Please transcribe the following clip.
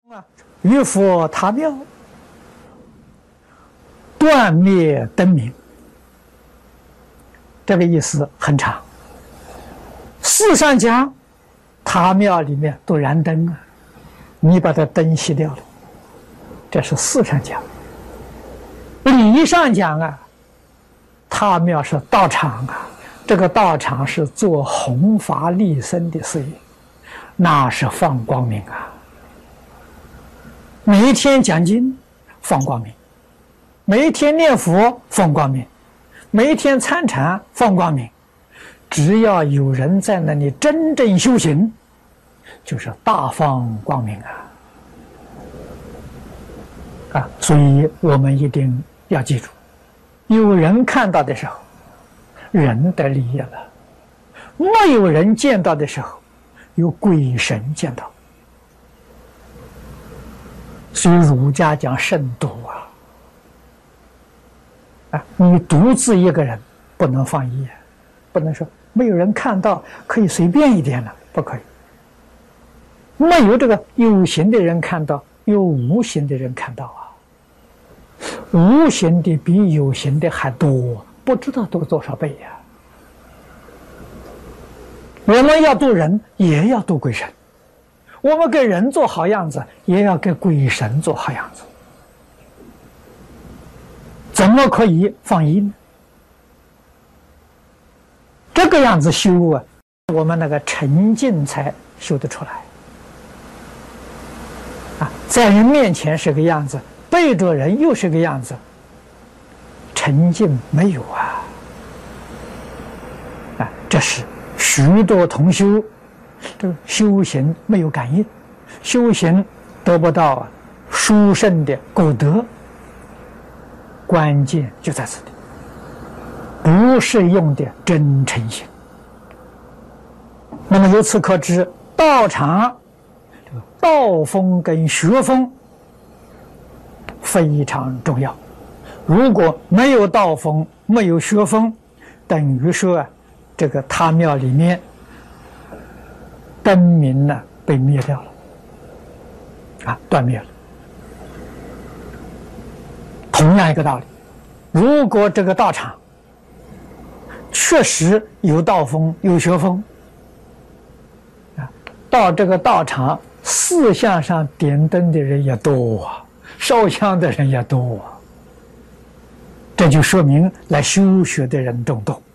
于佛他庙，断灭灯明。这个意思很长。事上讲，他庙里面都燃灯啊，你把这灯熄掉了，这是事上讲。理上讲啊，他庙是道场啊，这个道场是做弘法利生的事业，那是放光明啊。每一天讲经放光明，每一天念佛放光明，每一天参禅放光明。只要有人在那里真正修行，就是大放光明啊！所以我们一定要记住，有人看到的时候，人得利益了；没有人见到的时候，有鬼神见到。所以儒家讲慎独啊！你独自一个人不能放逸，不能说没有人看到可以随便一点了，不可以。没有这个有形的人看到，有无形的人看到啊。无形的比有形的还多，不知道多多少倍呀。我们要度人，也要度鬼神。我们给人做好样子，也要给鬼神做好样子。怎么可以放逸呢？这个样子修啊，我们那个沉静才修得出来啊！在人面前是个样子，背着人又是个样子，沉静没有啊！啊，这是许多同修这个修行没有感应，修行得不到殊胜的果德，关键就在此地。不是用的真诚心。那么由此可知，道场这个道风跟学风非常重要。如果没有道风，没有学风，等于说啊，这个他庙里面灯明呢被灭掉了，啊，断灭了。同样一个道理，如果这个道场确实有道风有学风啊，到这个道场四向上点灯的人也多啊，烧香的人也多啊，这就说明来修学的人众多。